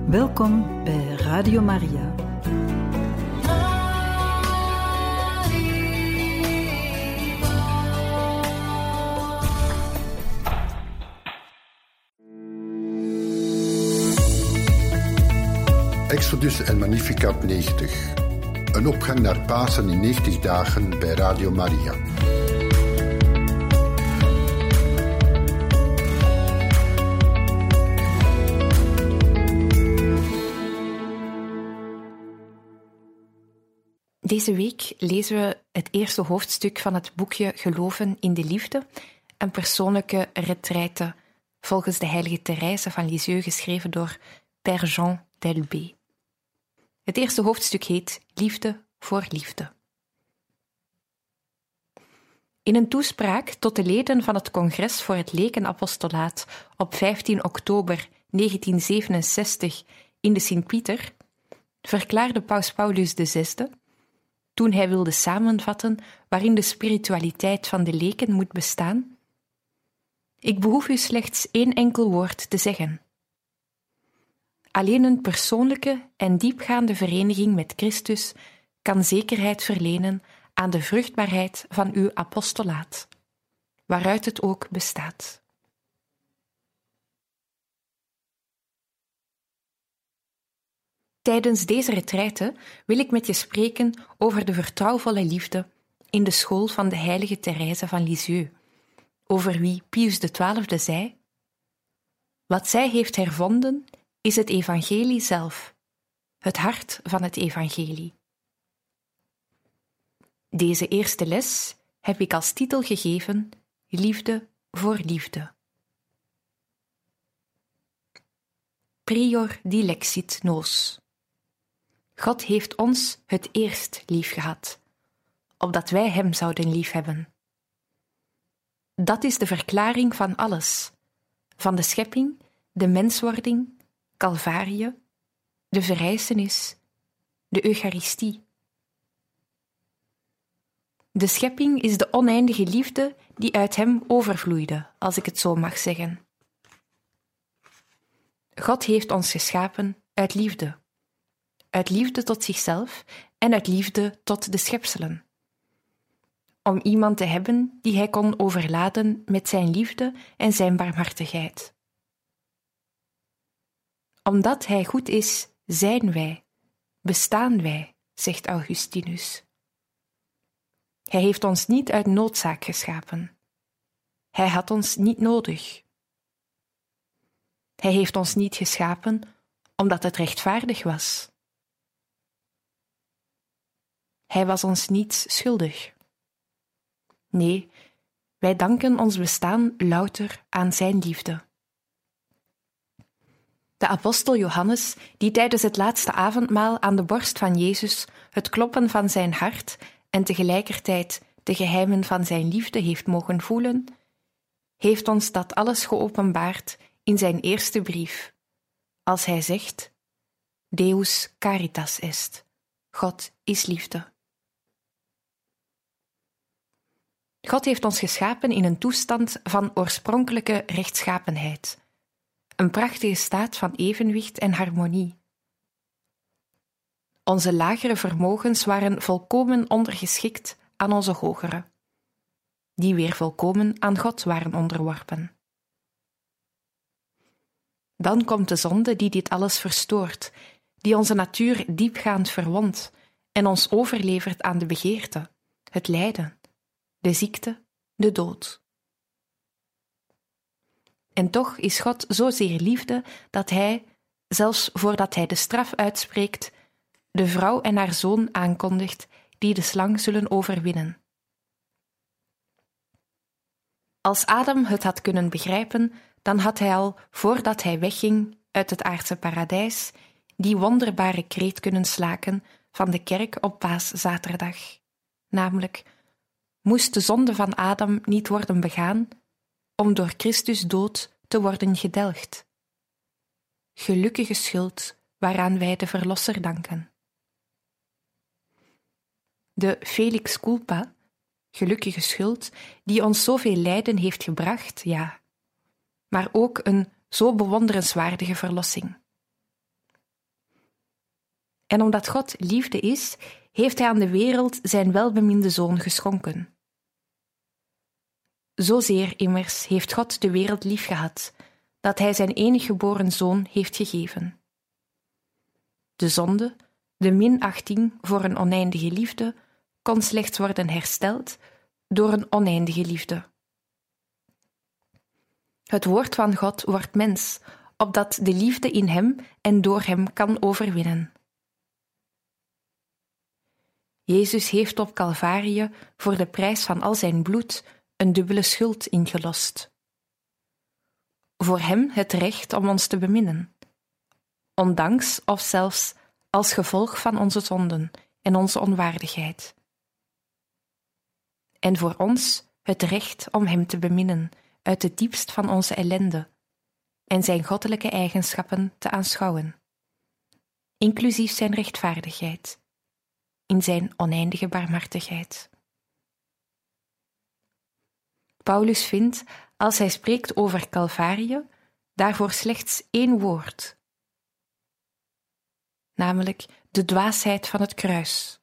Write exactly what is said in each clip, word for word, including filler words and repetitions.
Welkom bij Radio Maria. Exodus en Magnificat negentig. Een opgang naar Pasen in negentig dagen bij Radio Maria. Deze week lezen we het eerste hoofdstuk van het boekje Geloven in de Liefde, een persoonlijke retraite volgens de heilige Therese van Lisieux, geschreven door Père Jean d'Elbée. Het eerste hoofdstuk heet Liefde voor Liefde. In een toespraak tot de leden van het Congres voor het Lekenapostolaat op vijftien oktober negentien zevenenzestig in de Sint-Pieter verklaarde Paus Paulus de zesde, toen hij wilde samenvatten waarin de spiritualiteit van de leken moet bestaan: ik behoef u slechts één enkel woord te zeggen. Alleen een persoonlijke en diepgaande vereniging met Christus kan zekerheid verlenen aan de vruchtbaarheid van uw apostolaat, waaruit het ook bestaat. Tijdens deze retraite wil ik met je spreken over de vertrouwvolle liefde in de school van de heilige Therese van Lisieux, over wie Pius de Twaalfde zei: wat zij heeft hervonden is het evangelie zelf, het hart van het evangelie. Deze eerste les heb ik als titel gegeven: Liefde voor liefde. Prior dilexit nos. God heeft ons het eerst lief gehad, opdat wij hem zouden liefhebben. Dat is de verklaring van alles, van de schepping, de menswording, Calvarie, de verrijzenis, de Eucharistie. De schepping is de oneindige liefde die uit hem overvloeide, als ik het zo mag zeggen. God heeft ons geschapen uit liefde. Uit liefde tot zichzelf en uit liefde tot de schepselen. Om iemand te hebben die hij kon overladen met zijn liefde en zijn barmhartigheid. Omdat hij goed is, zijn wij, bestaan wij, zegt Augustinus. Hij heeft ons niet uit noodzaak geschapen. Hij had ons niet nodig. Hij heeft ons niet geschapen omdat het rechtvaardig was. Hij was ons niets schuldig. Nee, wij danken ons bestaan louter aan zijn liefde. De apostel Johannes, die tijdens het laatste avondmaal aan de borst van Jezus het kloppen van zijn hart en tegelijkertijd de geheimen van zijn liefde heeft mogen voelen, heeft ons dat alles geopenbaard in zijn eerste brief, als hij zegt: Deus caritas est, God is liefde. God heeft ons geschapen in een toestand van oorspronkelijke rechtschapenheid, een prachtige staat van evenwicht en harmonie. Onze lagere vermogens waren volkomen ondergeschikt aan onze hogere, die weer volkomen aan God waren onderworpen. Dan komt de zonde die dit alles verstoort, die onze natuur diepgaand verwondt en ons overlevert aan de begeerte, het lijden, de ziekte, de dood. En toch is God zozeer liefde dat hij, zelfs voordat hij de straf uitspreekt, de vrouw en haar zoon aankondigt die de slang zullen overwinnen. Als Adam het had kunnen begrijpen, dan had hij al, voordat hij wegging uit het aardse paradijs, die wonderbare kreet kunnen slaken van de kerk op Paaszaterdag, namelijk: moest de zonde van Adam niet worden begaan, om door Christus dood te worden gedelgd. Gelukkige schuld waaraan wij de Verlosser danken. De felix culpa, gelukkige schuld, die ons zoveel lijden heeft gebracht, ja, maar ook een zo bewonderenswaardige verlossing. En omdat God liefde is, heeft hij aan de wereld zijn welbeminde Zoon geschonken. Zozeer immers heeft God de wereld liefgehad, dat hij zijn enige geboren Zoon heeft gegeven. De zonde, de minachting voor een oneindige liefde, kon slechts worden hersteld door een oneindige liefde. Het woord van God wordt mens, opdat de liefde in hem en door hem kan overwinnen. Jezus heeft op Calvarië voor de prijs van al zijn bloed een dubbele schuld ingelost. Voor hem het recht om ons te beminnen, ondanks of zelfs als gevolg van onze zonden en onze onwaardigheid. En voor ons het recht om hem te beminnen uit het diepst van onze ellende en zijn goddelijke eigenschappen te aanschouwen, inclusief zijn rechtvaardigheid, in zijn oneindige barmhartigheid. Paulus vindt, als hij spreekt over Calvarië, daarvoor slechts één woord, namelijk de dwaasheid van het kruis.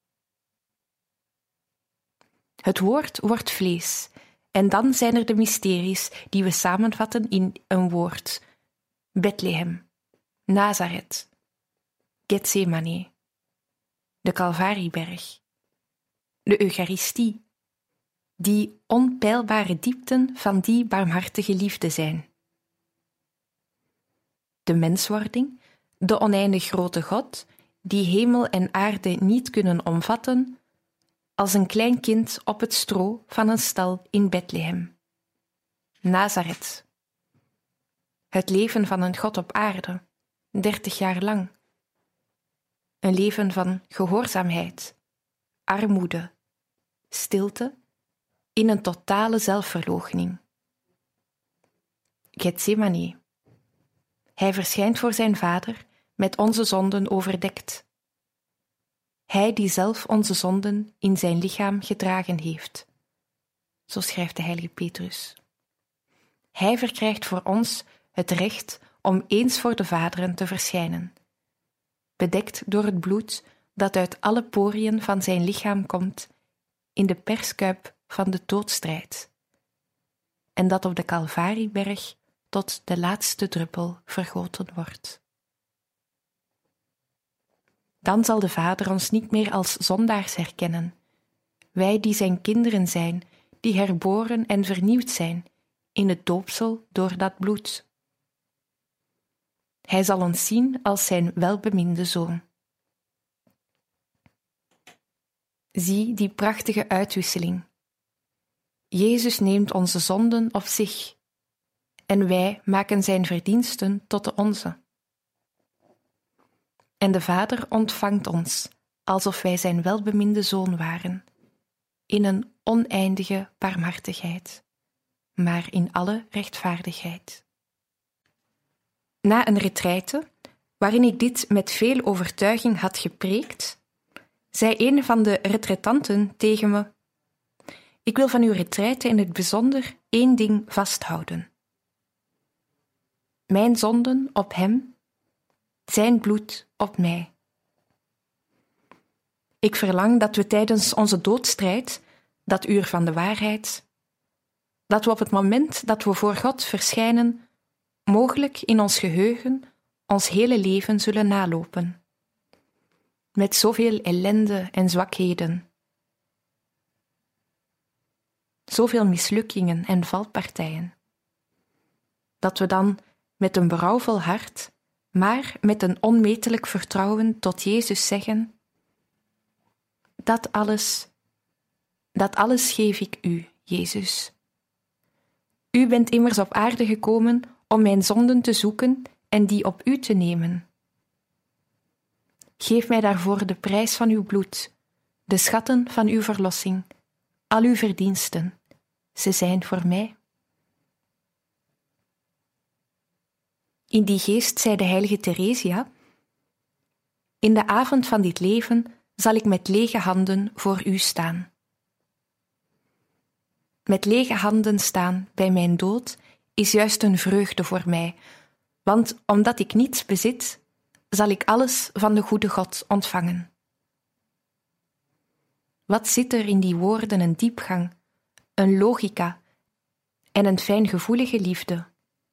Het woord wordt vlees, en dan zijn er de mysteries die we samenvatten in een woord: Bethlehem, Nazareth, Getsemane, de Calvarieberg, de Eucharistie, die onpeilbare diepten van die barmhartige liefde zijn. De menswording, de oneindig grote God, die hemel en aarde niet kunnen omvatten, als een klein kind op het stro van een stal in Bethlehem. Nazareth. Het leven van een God op aarde, dertig jaar lang. Een leven van gehoorzaamheid, armoede, stilte, in een totale zelfverloochening. Getsemane. Hij verschijnt voor zijn Vader, met onze zonden overdekt. Hij die zelf onze zonden in zijn lichaam gedragen heeft. Zo schrijft de heilige Petrus. Hij verkrijgt voor ons het recht om eens voor de vaderen te verschijnen, bedekt door het bloed dat uit alle poriën van zijn lichaam komt in de perskuip van de doodstrijd, en dat op de Calvarieberg tot de laatste druppel vergoten wordt. Dan zal de Vader ons niet meer als zondaars herkennen, wij die zijn kinderen zijn, die herboren en vernieuwd zijn in het doopsel door dat bloed. Hij zal ons zien als zijn welbeminde Zoon. Zie die prachtige uitwisseling. Jezus neemt onze zonden op zich, en wij maken zijn verdiensten tot de onze. En de Vader ontvangt ons, alsof wij zijn welbeminde Zoon waren, in een oneindige barmhartigheid, maar in alle rechtvaardigheid. Na een retraite, waarin ik dit met veel overtuiging had gepreekt, zei een van de retretanten tegen me: ik wil van uw retraite in het bijzonder één ding vasthouden. Mijn zonden op hem, zijn bloed op mij. Ik verlang dat we tijdens onze doodstrijd, dat uur van de waarheid, dat we op het moment dat we voor God verschijnen, mogelijk in ons geheugen ons hele leven zullen nalopen. Met zoveel ellende en zwakheden, zoveel mislukkingen en valpartijen, dat we dan met een berouwvol hart, maar met een onmetelijk vertrouwen tot Jezus zeggen: dat alles, dat alles geef ik u, Jezus. U bent immers op aarde gekomen om mijn zonden te zoeken en die op u te nemen. Geef mij daarvoor de prijs van uw bloed, de schatten van uw verlossing, al uw verdiensten. Ze zijn voor mij. In die geest zei de heilige Theresia: in de avond van dit leven zal ik met lege handen voor u staan. Met lege handen staan bij mijn dood is juist een vreugde voor mij, want omdat ik niets bezit, zal ik alles van de goede God ontvangen. Wat zit er in die woorden een diepgang, een logica en een fijngevoelige liefde.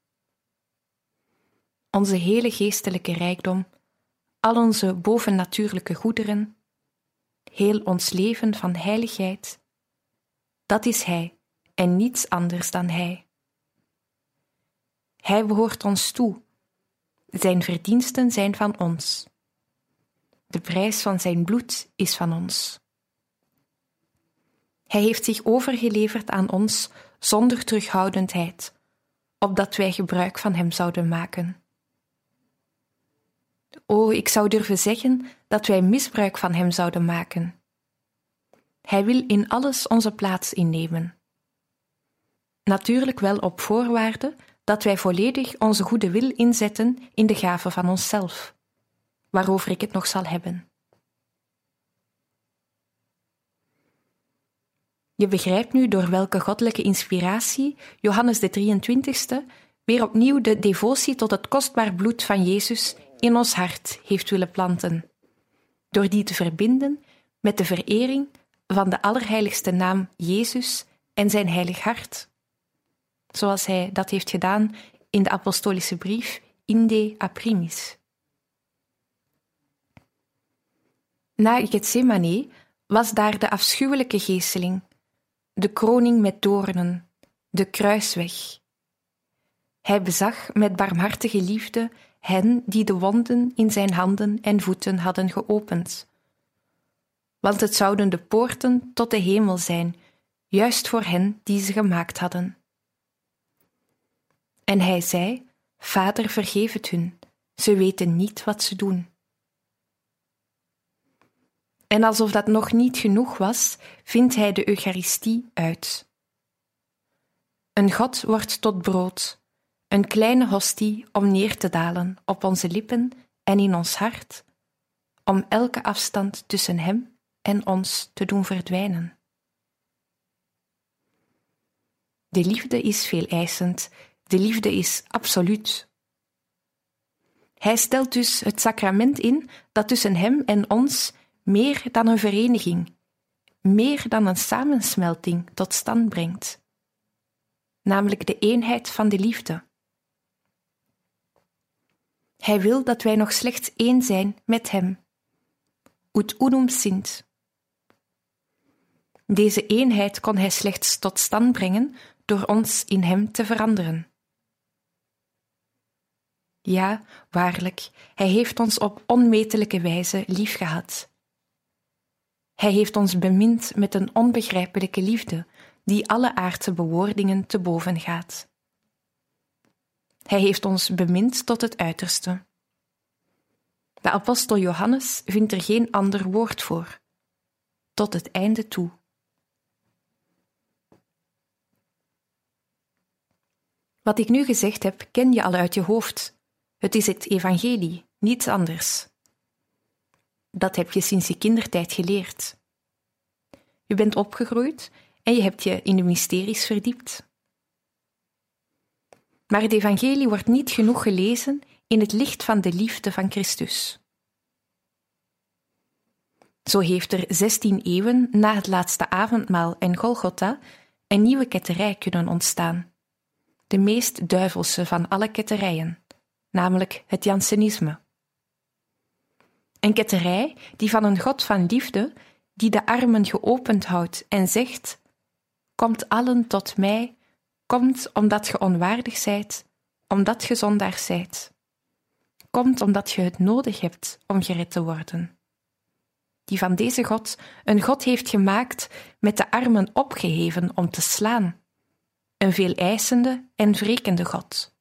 Onze hele geestelijke rijkdom, al onze bovennatuurlijke goederen, heel ons leven van heiligheid, dat is Hij en niets anders dan Hij. Hij behoort ons toe, zijn verdiensten zijn van ons. De prijs van zijn bloed is van ons. Hij heeft zich overgeleverd aan ons zonder terughoudendheid, opdat wij gebruik van hem zouden maken. O, ik zou durven zeggen dat wij misbruik van hem zouden maken. Hij wil in alles onze plaats innemen. Natuurlijk wel op voorwaarde dat wij volledig onze goede wil inzetten in de gave van onszelf, waarover ik het nog zal hebben. Je begrijpt nu door welke goddelijke inspiratie Johannes de drieëntwintigste weer opnieuw de devotie tot het kostbaar bloed van Jezus in ons hart heeft willen planten, door die te verbinden met de verering van de allerheiligste naam Jezus en zijn heilig hart, zoals hij dat heeft gedaan in de apostolische brief Inde a primis. Na Gethsemane was daar de afschuwelijke geeseling, de kroning met doornen, de kruisweg. Hij bezag met barmhartige liefde hen die de wonden in zijn handen en voeten hadden geopend. Want het zouden de poorten tot de hemel zijn, juist voor hen die ze gemaakt hadden. En hij zei, Vader, vergeef het hun, ze weten niet wat ze doen. En alsof dat nog niet genoeg was, vindt hij de Eucharistie uit. Een God wordt tot brood, een kleine hostie om neer te dalen op onze lippen en in ons hart, om elke afstand tussen hem en ons te doen verdwijnen. De liefde is veeleisend, de liefde is absoluut. Hij stelt dus het sacrament in dat tussen hem en ons meer dan een vereniging, meer dan een samensmelting tot stand brengt, namelijk de eenheid van de liefde. Hij wil dat wij nog slechts één zijn met hem, ut unum sint. Deze eenheid kon hij slechts tot stand brengen door ons in hem te veranderen. Ja, waarlijk, hij heeft ons op onmetelijke wijze liefgehad. Hij heeft ons bemind met een onbegrijpelijke liefde, die alle aardse bewoordingen te boven gaat. Hij heeft ons bemind tot het uiterste. De apostel Johannes vindt er geen ander woord voor, tot het einde toe. Wat ik nu gezegd heb, ken je al uit je hoofd. Het is het evangelie, niets anders. Dat heb je sinds je kindertijd geleerd. Je bent opgegroeid en je hebt je in de mysteries verdiept. Maar het evangelie wordt niet genoeg gelezen in het licht van de liefde van Christus. Zo heeft er zestien eeuwen na het laatste avondmaal en Golgotha een nieuwe ketterij kunnen ontstaan. De meest duivelse van alle ketterijen, namelijk het Jansenisme. Een ketterij die van een God van liefde, die de armen geopend houdt en zegt, komt allen tot mij, komt omdat ge onwaardig zijt, omdat ge zondaars zijt. Komt omdat je het nodig hebt om gered te worden. Die van deze God een God heeft gemaakt met de armen opgeheven om te slaan. Een veeleisende en wrekende God.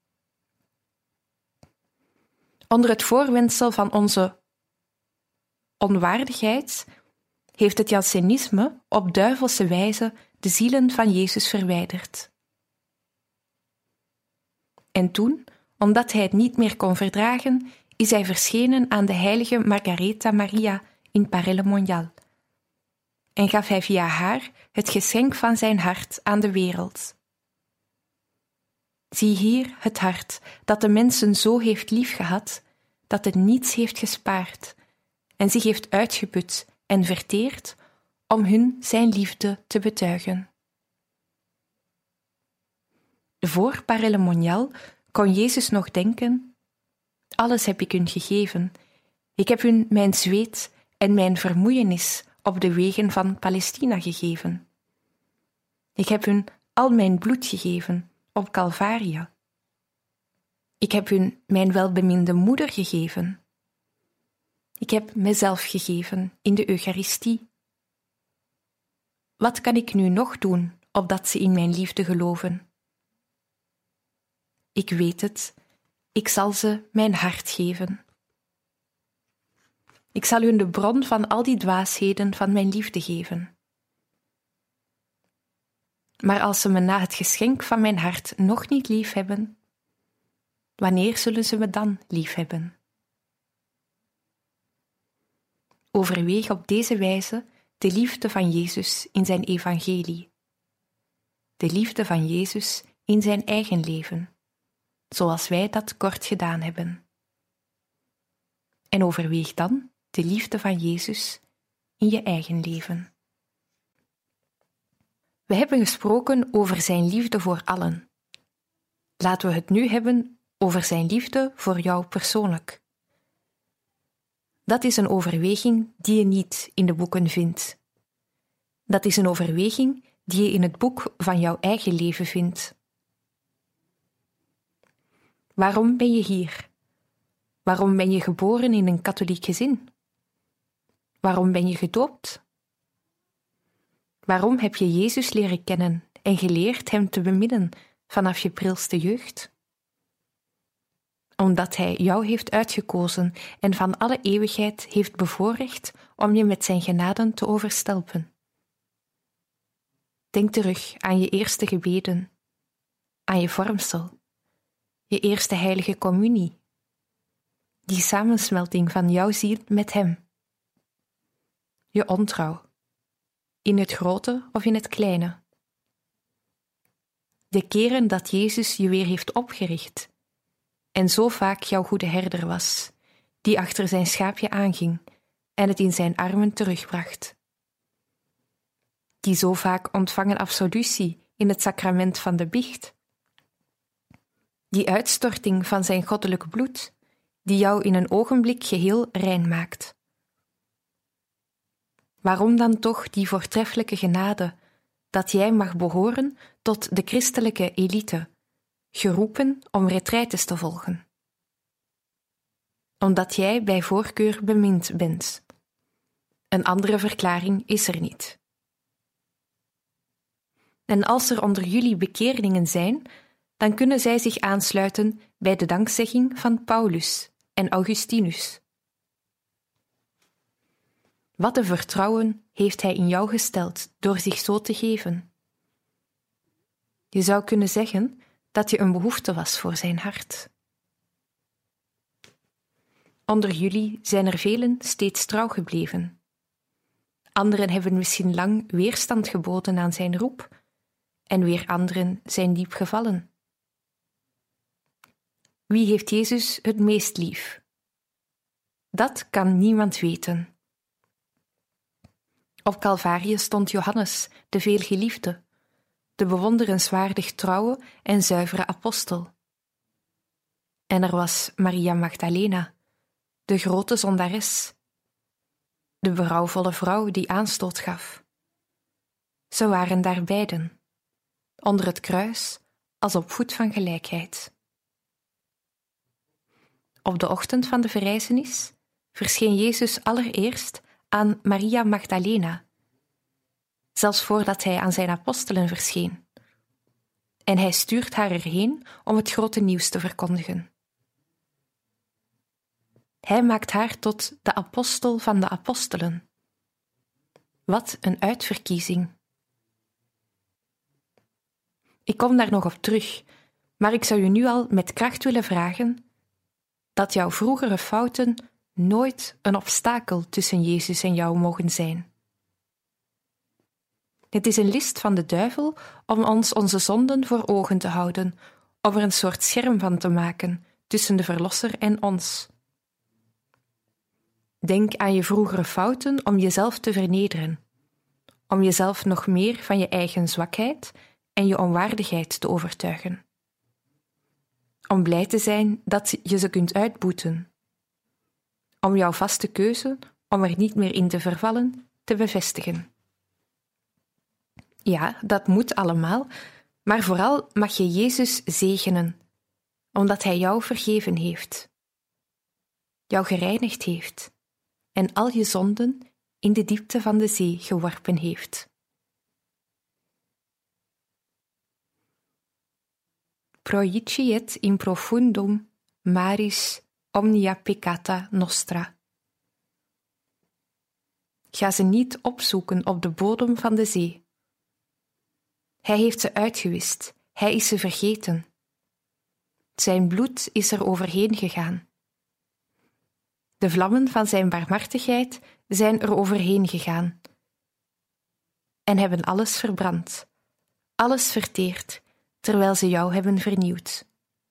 Onder het voorwendsel van onze onwaardigheid heeft het Jansenisme op duivelse wijze de zielen van Jezus verwijderd. En toen, omdat hij het niet meer kon verdragen, is hij verschenen aan de heilige Margaretha Maria in Paray-le-Monial en gaf hij via haar het geschenk van zijn hart aan de wereld. Zie hier het hart dat de mensen zo heeft liefgehad, dat het niets heeft gespaard en zich heeft uitgeput en verteerd om hun zijn liefde te betuigen. Voor Parelemonial kon Jezus nog denken: alles heb ik hun gegeven. Ik heb hun mijn zweet en mijn vermoeienis op de wegen van Palestina gegeven. Ik heb hun al mijn bloed gegeven op Calvaria. Ik heb hun mijn welbeminde moeder gegeven. Ik heb mezelf gegeven in de Eucharistie. Wat kan ik nu nog doen, opdat ze in mijn liefde geloven? Ik weet het, ik zal ze mijn hart geven. Ik zal hun de bron van al die dwaasheden van mijn liefde geven. Maar als ze me na het geschenk van mijn hart nog niet lief hebben, wanneer zullen ze me dan lief hebben? Overweeg op deze wijze de liefde van Jezus in zijn evangelie. De liefde van Jezus in zijn eigen leven, zoals wij dat kort gedaan hebben. En overweeg dan de liefde van Jezus in je eigen leven. We hebben gesproken over zijn liefde voor allen. Laten we het nu hebben over zijn liefde voor jou persoonlijk. Dat is een overweging die je niet in de boeken vindt. Dat is een overweging die je in het boek van jouw eigen leven vindt. Waarom ben je hier? Waarom ben je geboren in een katholiek gezin? Waarom ben je gedoopt? Waarom heb je Jezus leren kennen en geleerd hem te beminnen vanaf je prilste jeugd? Omdat hij jou heeft uitgekozen en van alle eeuwigheid heeft bevoorrecht om je met zijn genaden te overstelpen. Denk terug aan je eerste gebeden, aan je vormsel, je eerste heilige communie, die samensmelting van jouw ziel met hem, je ontrouw, in het grote of in het kleine, de keren dat Jezus je weer heeft opgericht en zo vaak jouw goede herder was, die achter zijn schaapje aanging en het in zijn armen terugbracht, die zo vaak ontvangen absolutie in het sacrament van de biecht, die uitstorting van zijn goddelijk bloed, die jou in een ogenblik geheel rein maakt. Waarom dan toch die voortreffelijke genade, dat jij mag behoren tot de christelijke elite, geroepen om retraites te volgen? Omdat jij bij voorkeur bemind bent. Een andere verklaring is er niet. En als er onder jullie bekeerlingen zijn, dan kunnen zij zich aansluiten bij de dankzegging van Paulus en Augustinus. Wat een vertrouwen heeft hij in jou gesteld door zich zo te geven. Je zou kunnen zeggen dat je een behoefte was voor zijn hart. Onder jullie zijn er velen steeds trouw gebleven. Anderen hebben misschien lang weerstand geboden aan zijn roep, en weer anderen zijn diep gevallen. Wie heeft Jezus het meest lief? Dat kan niemand weten. Op Calvarie stond Johannes, de veelgeliefde, de bewonderenswaardig trouwe en zuivere apostel. En er was Maria Magdalena, de grote zondares, de berouwvolle vrouw die aanstoot gaf. Ze waren daar beiden, onder het kruis als op voet van gelijkheid. Op de ochtend van de verrijzenis verscheen Jezus allereerst aan Maria Magdalena, zelfs voordat hij aan zijn apostelen verscheen. En hij stuurt haar erheen om het grote nieuws te verkondigen. Hij maakt haar tot de apostel van de apostelen. Wat een uitverkiezing! Ik kom daar nog op terug, maar ik zou je nu al met kracht willen vragen dat jouw vroegere fouten nooit een obstakel tussen Jezus en jou mogen zijn. Het is een list van de duivel om ons onze zonden voor ogen te houden, om er een soort scherm van te maken tussen de Verlosser en ons. Denk aan je vroegere fouten om jezelf te vernederen, om jezelf nog meer van je eigen zwakheid en je onwaardigheid te overtuigen. Om blij te zijn dat je ze kunt uitboeten. Om jouw vaste keuze, om er niet meer in te vervallen, te bevestigen. Ja, dat moet allemaal, maar vooral mag je Jezus zegenen, omdat Hij jou vergeven heeft, jou gereinigd heeft en al je zonden in de diepte van de zee geworpen heeft. Proiciet in profundum maris omnia peccata nostra. Ga ze niet opzoeken op de bodem van de zee. Hij heeft ze uitgewist, hij is ze vergeten. Zijn bloed is er overheen gegaan. De vlammen van zijn barmhartigheid zijn er overheen gegaan en hebben alles verbrand, alles verteerd, terwijl ze jou hebben vernieuwd.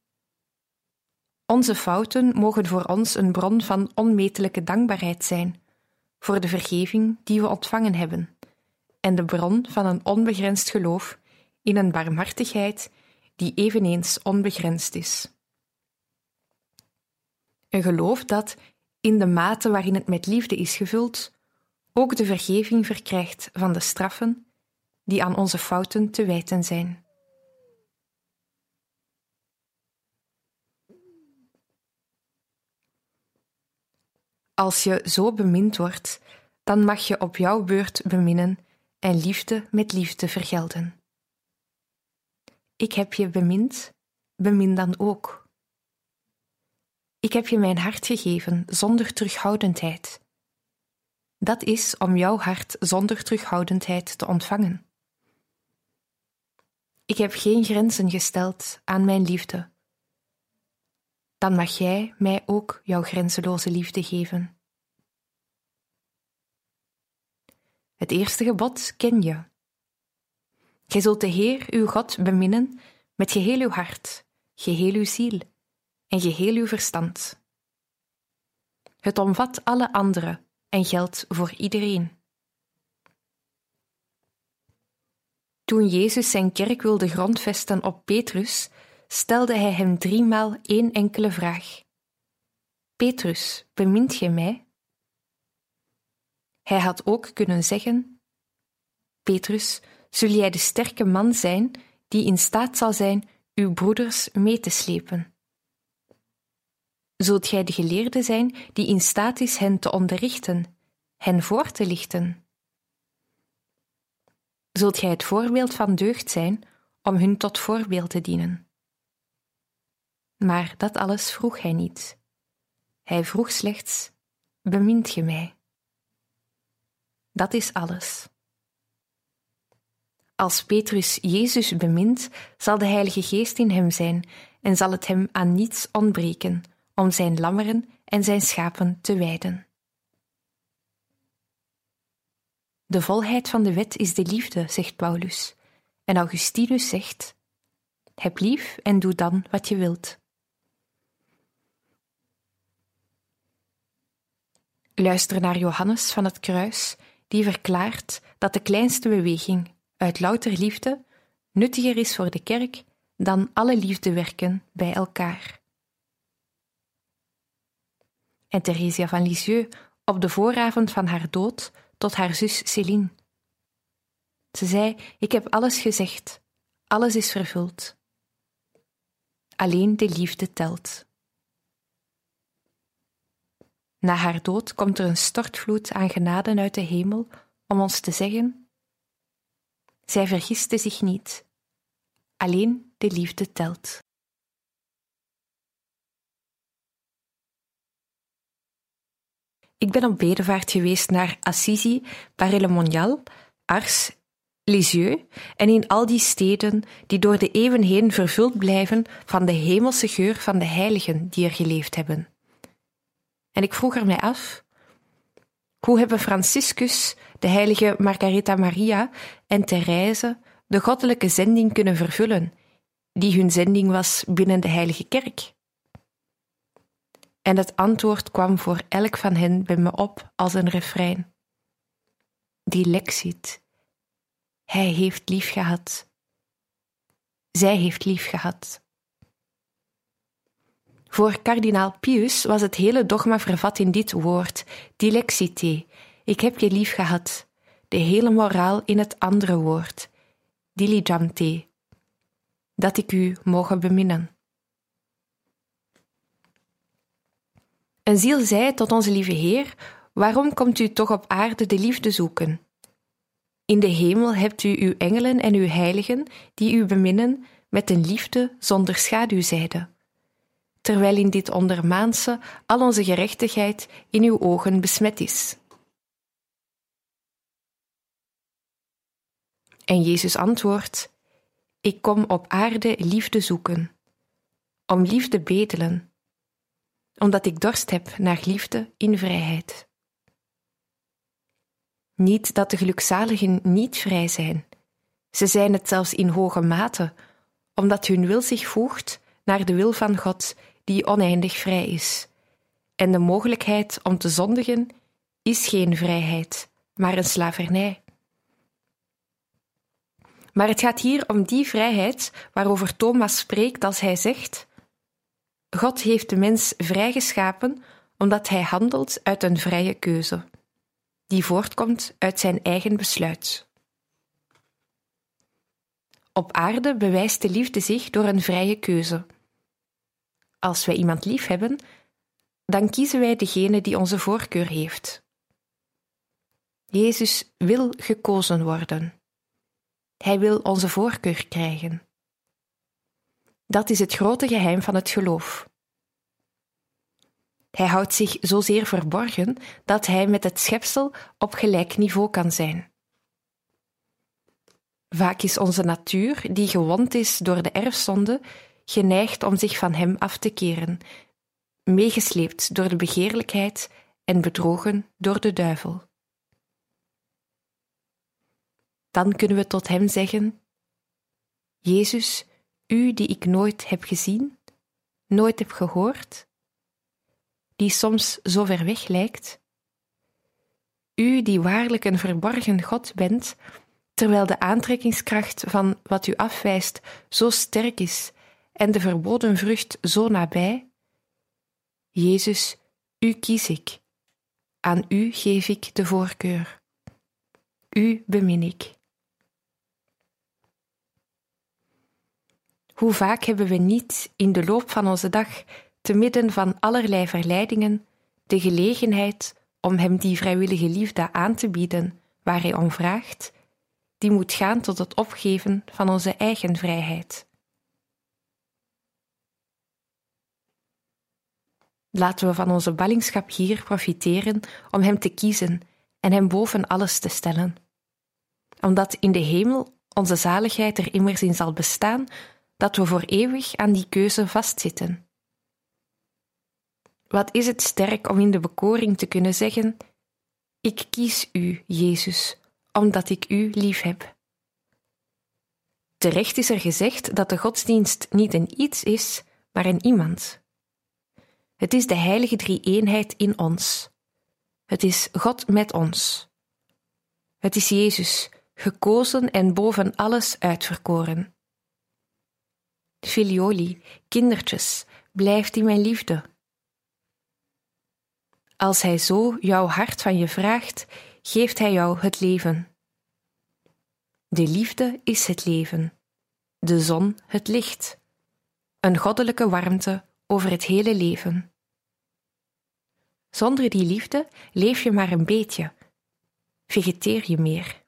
Onze fouten mogen voor ons een bron van onmetelijke dankbaarheid zijn, voor de vergeving die we ontvangen hebben, en de bron van een onbegrensd geloof in een barmhartigheid die eveneens onbegrensd is. Een geloof dat, in de mate waarin het met liefde is gevuld, ook de vergeving verkrijgt van de straffen die aan onze fouten te wijten zijn. Als je zo bemind wordt, dan mag je op jouw beurt beminnen en liefde met liefde vergelden. Ik heb je bemind, bemin dan ook. Ik heb je mijn hart gegeven zonder terughoudendheid. Dat is om jouw hart zonder terughoudendheid te ontvangen. Ik heb geen grenzen gesteld aan mijn liefde. Dan mag jij mij ook jouw grenzeloze liefde geven. Het eerste gebod ken je. Gij zult de Heer, uw God, beminnen met geheel uw hart, geheel uw ziel en geheel uw verstand. Het omvat alle andere en geldt voor iedereen. Toen Jezus zijn kerk wilde grondvesten op Petrus, stelde hij hem driemaal één enkele vraag. Petrus, bemint gij mij? Hij had ook kunnen zeggen, Petrus, zul jij de sterke man zijn die in staat zal zijn uw broeders mee te slepen? Zult gij de geleerde zijn die in staat is hen te onderrichten, hen voor te lichten? Zult gij het voorbeeld van deugd zijn om hun tot voorbeeld te dienen? Maar dat alles vroeg hij niet. Hij vroeg slechts, bemint ge mij? Dat is alles. Als Petrus Jezus bemint, zal de Heilige Geest in hem zijn en zal het hem aan niets ontbreken om zijn lammeren en zijn schapen te weiden. De volheid van de wet is de liefde, zegt Paulus, en Augustinus zegt, heb lief en doe dan wat je wilt. Luister naar Johannes van het Kruis, die verklaart dat de kleinste beweging uit louter liefde nuttiger is voor de kerk dan alle liefdewerken bij elkaar. En Theresia van Lisieux op de vooravond van haar dood tot haar zus Céline. Ze zei, ik heb alles gezegd, alles is vervuld. Alleen de liefde telt. Na haar dood komt er een stortvloed aan genaden uit de hemel om ons te zeggen, zij vergiste zich niet, alleen de liefde telt. Ik ben op bedevaart geweest naar Assisi, Paray-le-Monial, Ars, Lisieux en in al die steden die door de eeuwen heen vervuld blijven van de hemelse geur van de heiligen die er geleefd hebben. En ik vroeg er mij af, hoe hebben Franciscus, de heilige Margaretha Maria en Therese de goddelijke zending kunnen vervullen, die hun zending was binnen de heilige kerk? En het antwoord kwam voor elk van hen bij me op als een refrein. Dilexit. Hij heeft lief gehad. Zij heeft lief gehad. Voor kardinaal Pius was het hele dogma vervat in dit woord, dilexite, ik heb je lief gehad, de hele moraal in het andere woord, diligente, dat ik u mogen beminnen. Een ziel zei tot onze lieve Heer, waarom komt u toch op aarde de liefde zoeken? In de hemel hebt u uw engelen en uw heiligen, die u beminnen met een liefde zonder schaduwzijde. Terwijl in dit ondermaanse al onze gerechtigheid in uw ogen besmet is. En Jezus antwoordt, ik kom op aarde liefde zoeken, om liefde bedelen, omdat ik dorst heb naar liefde in vrijheid. Niet dat de gelukzaligen niet vrij zijn, ze zijn het zelfs in hoge mate, omdat hun wil zich voegt naar de wil van God, die oneindig vrij is. En de mogelijkheid om te zondigen is geen vrijheid, maar een slavernij. Maar het gaat hier om die vrijheid waarover Thomas spreekt als hij zegt: God heeft de mens vrijgeschapen omdat hij handelt uit een vrije keuze, die voortkomt uit zijn eigen besluit. Op aarde bewijst de liefde zich door een vrije keuze. Als wij iemand lief hebben, dan kiezen wij degene die onze voorkeur heeft. Jezus wil gekozen worden. Hij wil onze voorkeur krijgen. Dat is het grote geheim van het geloof. Hij houdt zich zozeer verborgen dat hij met het schepsel op gelijk niveau kan zijn. Vaak is onze natuur, die gewond is door de erfzonde, geneigd om zich van hem af te keren, meegesleept door de begeerlijkheid en bedrogen door de duivel. Dan kunnen we tot hem zeggen: Jezus, u die ik nooit heb gezien, nooit heb gehoord, die soms zo ver weg lijkt, u die waarlijk een verborgen God bent, terwijl de aantrekkingskracht van wat u afwijst zo sterk is en de verboden vrucht zo nabij. Jezus, u kies ik. Aan u geef ik de voorkeur. U bemin ik. Hoe vaak hebben we niet in de loop van onze dag, te midden van allerlei verleidingen, de gelegenheid om hem die vrijwillige liefde aan te bieden waar hij om vraagt, die moet gaan tot het opgeven van onze eigen vrijheid. Laten we van onze ballingschap hier profiteren om hem te kiezen en hem boven alles te stellen. Omdat in de hemel onze zaligheid er immers in zal bestaan, dat we voor eeuwig aan die keuze vastzitten. Wat is het sterk om in de bekoring te kunnen zeggen: ik kies u, Jezus, omdat ik u lief heb. Terecht is er gezegd dat de godsdienst niet een iets is, maar een iemand. Het is de heilige drie-eenheid in ons. Het is God met ons. Het is Jezus, gekozen en boven alles uitverkoren. Filioli, kindertjes, blijft in mijn liefde. Als hij zo jouw hart van je vraagt, geeft hij jou het leven. De liefde is het leven, de zon het licht, een goddelijke warmte over het hele leven. Zonder die liefde leef je maar een beetje, vegeteer je meer.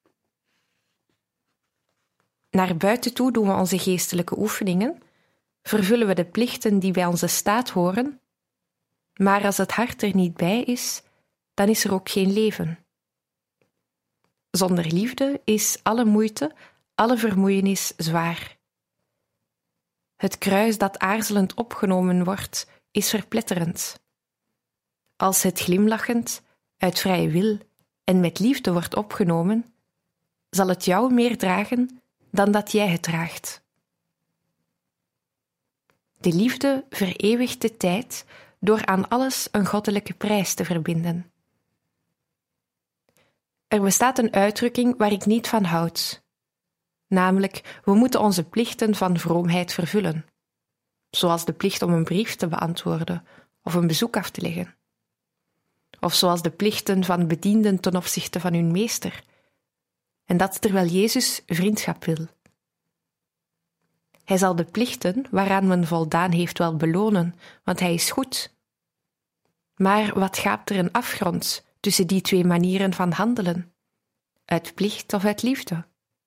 Naar buiten toe doen we onze geestelijke oefeningen, vervullen we de plichten die bij onze staat horen, maar als het hart er niet bij is, dan is er ook geen leven. Zonder liefde is alle moeite, alle vermoeienis zwaar. Het kruis dat aarzelend opgenomen wordt, is verpletterend. Als het glimlachend, uit vrije wil en met liefde wordt opgenomen, zal het jou meer dragen dan dat jij het draagt. De liefde vereeuwigt de tijd door aan alles een goddelijke prijs te verbinden. Er bestaat een uitdrukking waar ik niet van houd. Namelijk, we moeten onze plichten van vroomheid vervullen. Zoals de plicht om een brief te beantwoorden of een bezoek af te leggen. Of zoals de plichten van bedienden ten opzichte van hun meester. En dat terwijl Jezus vriendschap wil. Hij zal de plichten waaraan men voldaan heeft wel belonen, want hij is goed. Maar wat gaapt er een afgrond tussen die twee manieren van handelen? Uit plicht of uit liefde?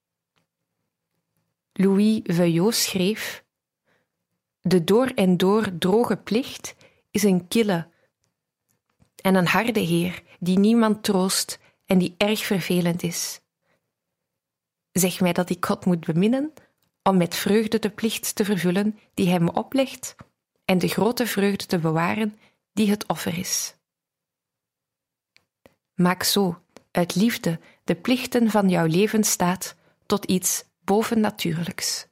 Louis Vuillot schreef: de door en door droge plicht is een kille en een harde heer die niemand troost en die erg vervelend is. Zeg mij dat ik God moet beminnen om met vreugde de plicht te vervullen die hij me oplegt en de grote vreugde te bewaren die het offer is. Maak zo uit liefde de plichten van jouw levensstaat tot iets bovennatuurlijks.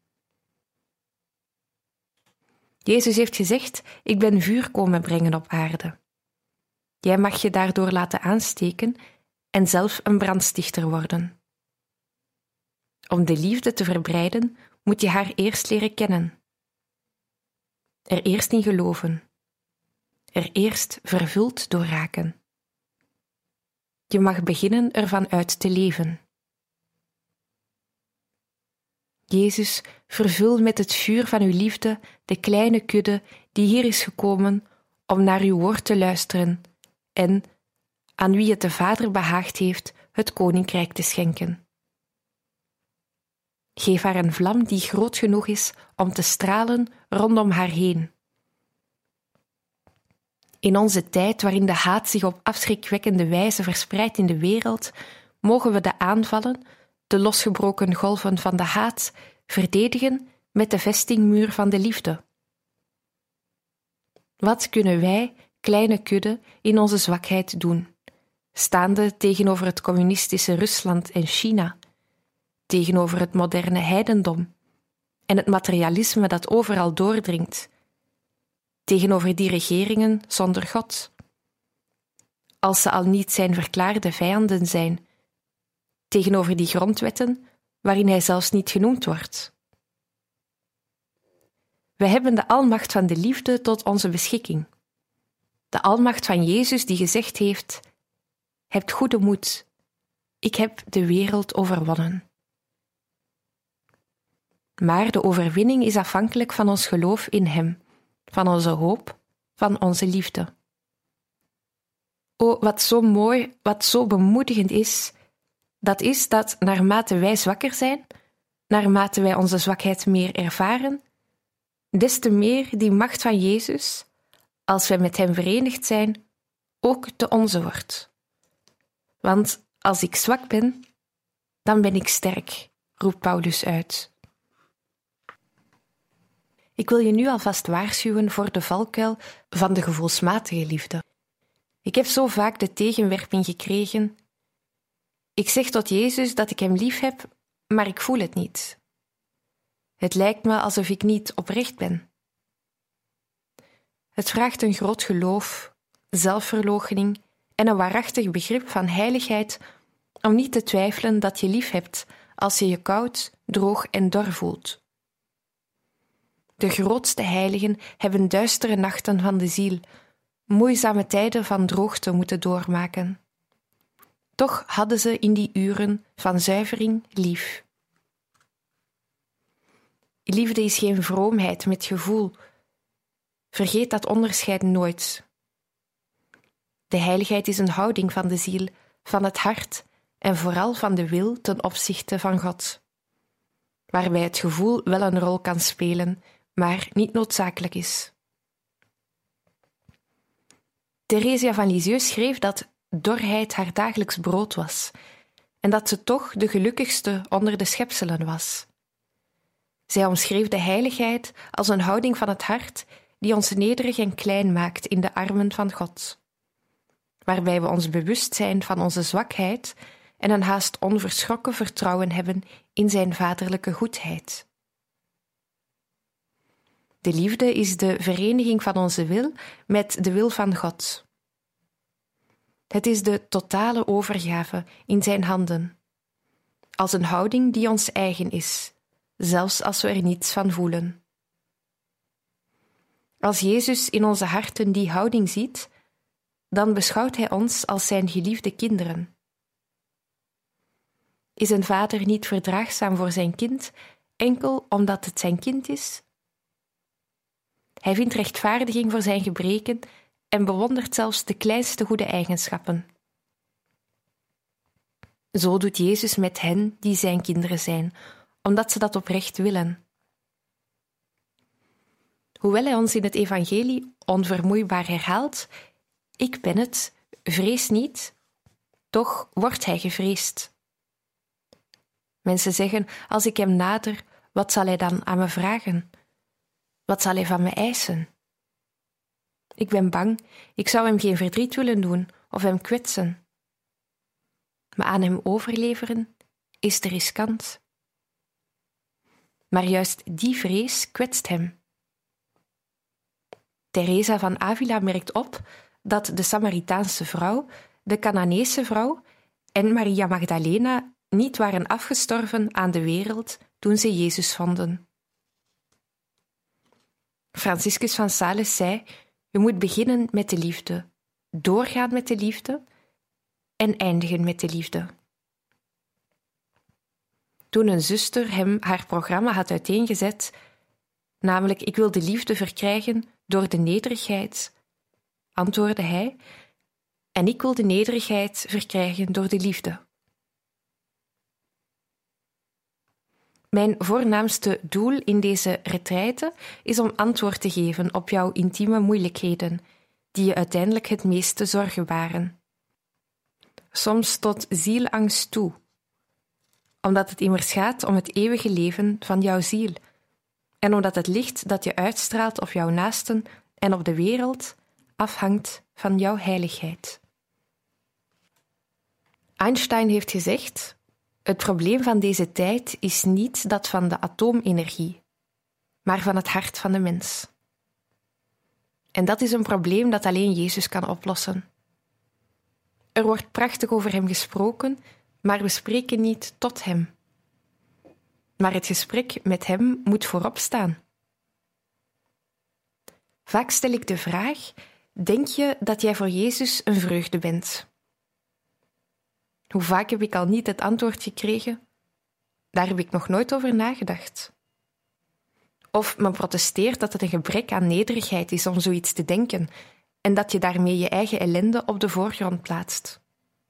Jezus heeft gezegd: ik ben vuur komen brengen op aarde. Jij mag je daardoor laten aansteken en zelf een brandstichter worden. Om de liefde te verbreiden, moet je haar eerst leren kennen. Er eerst in geloven. Er eerst vervuld door raken. Je mag beginnen ervan uit te leven. Jezus, vervul met het vuur van uw liefde de kleine kudde die hier is gekomen om naar uw woord te luisteren en, aan wie het de Vader behaagd heeft, het koninkrijk te schenken. Geef haar een vlam die groot genoeg is om te stralen rondom haar heen. In onze tijd, waarin de haat zich op afschrikwekkende wijze verspreidt in de wereld, mogen we de aanvallen, de losgebroken golven van de haat, verdedigen met de vestingmuur van de liefde. Wat kunnen wij, kleine kudde, in onze zwakheid doen, staande tegenover het communistische Rusland en China, tegenover het moderne heidendom en het materialisme dat overal doordringt, tegenover die regeringen zonder God, als ze al niet zijn verklaarde vijanden zijn, tegenover die grondwetten waarin hij zelfs niet genoemd wordt. We hebben de almacht van de liefde tot onze beschikking. De almacht van Jezus die gezegd heeft: hebt goede moed, ik heb de wereld overwonnen. Maar de overwinning is afhankelijk van ons geloof in Hem, van onze hoop, van onze liefde. O, wat zo mooi, wat zo bemoedigend is, dat is dat naarmate wij zwakker zijn, naarmate wij onze zwakheid meer ervaren, des te meer die macht van Jezus, als wij met Hem verenigd zijn, ook de onze wordt. Want als ik zwak ben, dan ben ik sterk, roept Paulus uit. Ik wil je nu alvast waarschuwen voor de valkuil van de gevoelsmatige liefde. Ik heb zo vaak de tegenwerping gekregen: ik zeg tot Jezus dat ik Hem lief heb, maar ik voel het niet. Het lijkt me alsof ik niet oprecht ben. Het vraagt een groot geloof, zelfverloochening en een waarachtig begrip van heiligheid om niet te twijfelen dat je lief hebt als je je koud, droog en dor voelt. De grootste heiligen hebben duistere nachten van de ziel, moeizame tijden van droogte moeten doormaken. Toch hadden ze in die uren van zuivering lief. Liefde is geen vroomheid met gevoel. Vergeet dat onderscheid nooit. De heiligheid is een houding van de ziel, van het hart en vooral van de wil ten opzichte van God, waarbij het gevoel wel een rol kan spelen, maar niet noodzakelijk is. Theresia van Lisieux schreef dat dorheid haar dagelijks brood was en dat ze toch de gelukkigste onder de schepselen was. Zij omschreef de heiligheid als een houding van het hart die ons nederig en klein maakt in de armen van God, waarbij we ons bewust zijn van onze zwakheid en een haast onverschrokken vertrouwen hebben in zijn vaderlijke goedheid. De liefde is de vereniging van onze wil met de wil van God. Het is de totale overgave in zijn handen, als een houding die ons eigen is, zelfs als we er niets van voelen. Als Jezus in onze harten die houding ziet, dan beschouwt hij ons als zijn geliefde kinderen. Is een vader niet verdraagzaam voor zijn kind, enkel omdat het zijn kind is? Hij vindt rechtvaardiging voor zijn gebreken en bewondert zelfs de kleinste goede eigenschappen. Zo doet Jezus met hen die zijn kinderen zijn, omdat ze dat oprecht willen. Hoewel hij ons in het evangelie onvermoeibaar herhaalt, ik ben het, vrees niet, toch wordt hij gevreesd. Mensen zeggen, als ik hem nader, wat zal hij dan aan me vragen? Wat zal hij van me eisen? Ik ben bang, ik zou hem geen verdriet willen doen of hem kwetsen. Maar aan hem overleveren is te riskant. Maar juist die vrees kwetst hem. Teresa van Avila merkt op dat de Samaritaanse vrouw, de Canaanese vrouw en Maria Magdalena niet waren afgestorven aan de wereld toen ze Jezus vonden. Franciscus van Sales zei, je moet beginnen met de liefde, doorgaan met de liefde en eindigen met de liefde. Toen een zuster hem haar programma had uiteengezet, namelijk ik wil de liefde verkrijgen door de nederigheid, antwoordde hij, en ik wil de nederigheid verkrijgen door de liefde. Mijn voornaamste doel in deze retraite is om antwoord te geven op jouw intieme moeilijkheden, die je uiteindelijk het meeste zorgen baren. Soms tot zielangst toe, omdat het immers gaat om het eeuwige leven van jouw ziel, en omdat het licht dat je uitstraalt op jouw naasten en op de wereld afhangt van jouw heiligheid. Einstein heeft gezegd, het probleem van deze tijd is niet dat van de atoomenergie, maar van het hart van de mens. En dat is een probleem dat alleen Jezus kan oplossen. Er wordt prachtig over hem gesproken, maar we spreken niet tot hem. Maar het gesprek met hem moet voorop staan. Vaak stel ik de vraag, denk je dat jij voor Jezus een vreugde bent? Hoe vaak heb ik al niet het antwoord gekregen? Daar heb ik nog nooit over nagedacht. Of men protesteert dat het een gebrek aan nederigheid is om zoiets te denken en dat je daarmee je eigen ellende op de voorgrond plaatst.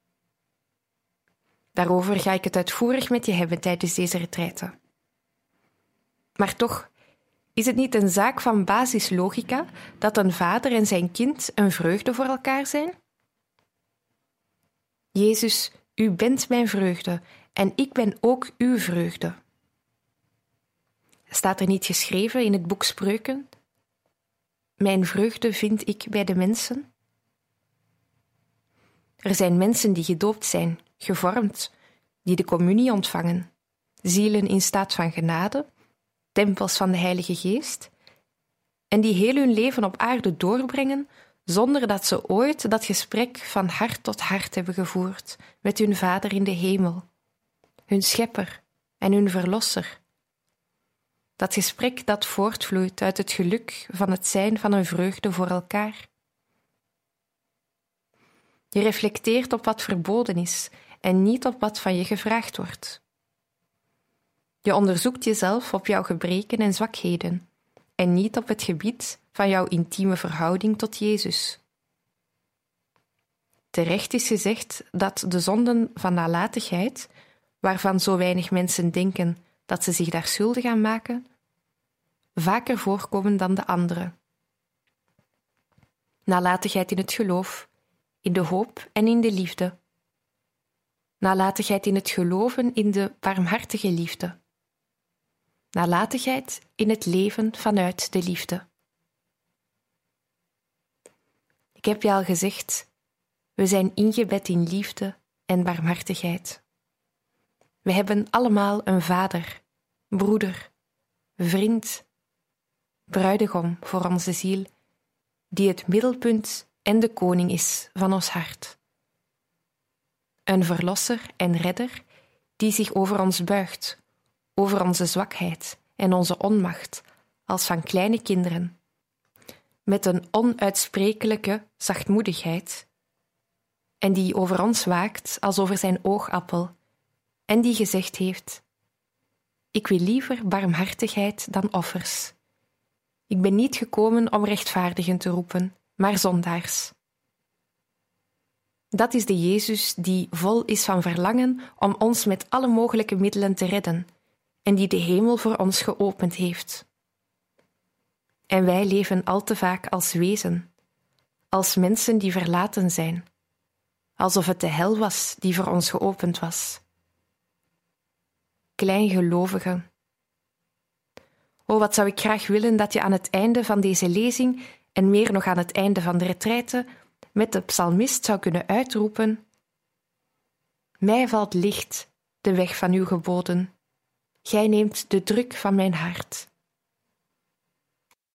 Daarover ga ik het uitvoerig met je hebben tijdens deze retraite. Maar toch, is het niet een zaak van basislogica dat een vader en zijn kind een vreugde voor elkaar zijn? Jezus, u bent mijn vreugde en ik ben ook uw vreugde. Staat er niet geschreven in het boek Spreuken? Mijn vreugde vind ik bij de mensen. Er zijn mensen die gedoopt zijn, gevormd, die de communie ontvangen, zielen in staat van genade, tempels van de Heilige Geest, en die heel hun leven op aarde doorbrengen zonder dat ze ooit dat gesprek van hart tot hart hebben gevoerd met hun Vader in de hemel, hun Schepper en hun Verlosser. Dat gesprek dat voortvloeit uit het geluk van het zijn van een vreugde voor elkaar. Je reflecteert op wat verboden is en niet op wat van je gevraagd wordt. Je onderzoekt jezelf op jouw gebreken en zwakheden en niet op het gebied van jouw intieme verhouding tot Jezus. Terecht is gezegd dat de zonden van nalatigheid, waarvan zo weinig mensen denken dat ze zich daar schuldig aan maken, vaker voorkomen dan de andere. Nalatigheid in het geloof, in de hoop en in de liefde. Nalatigheid in het geloven in de barmhartige liefde. Nalatigheid in het leven vanuit de liefde. Ik heb je al gezegd, we zijn ingebed in liefde en barmhartigheid. We hebben allemaal een vader, broeder, vriend, bruidegom voor onze ziel, die het middelpunt en de koning is van ons hart. Een verlosser en redder die zich over ons buigt, over onze zwakheid en onze onmacht, als van kleine kinderen, met een onuitsprekelijke zachtmoedigheid, en die over ons waakt als over zijn oogappel, en die gezegd heeft: ik wil liever barmhartigheid dan offers. Ik ben niet gekomen om rechtvaardigen te roepen, maar zondaars. Dat is de Jezus die vol is van verlangen om ons met alle mogelijke middelen te redden en die de hemel voor ons geopend heeft. En wij leven al te vaak als wezen, als mensen die verlaten zijn, alsof het de hel was die voor ons geopend was. Kleingelovigen. O, wat zou ik graag willen dat je aan het einde van deze lezing en meer nog aan het einde van de retraite met de psalmist zou kunnen uitroepen: mij valt licht de weg van uw geboden. Gij neemt de druk van mijn hart.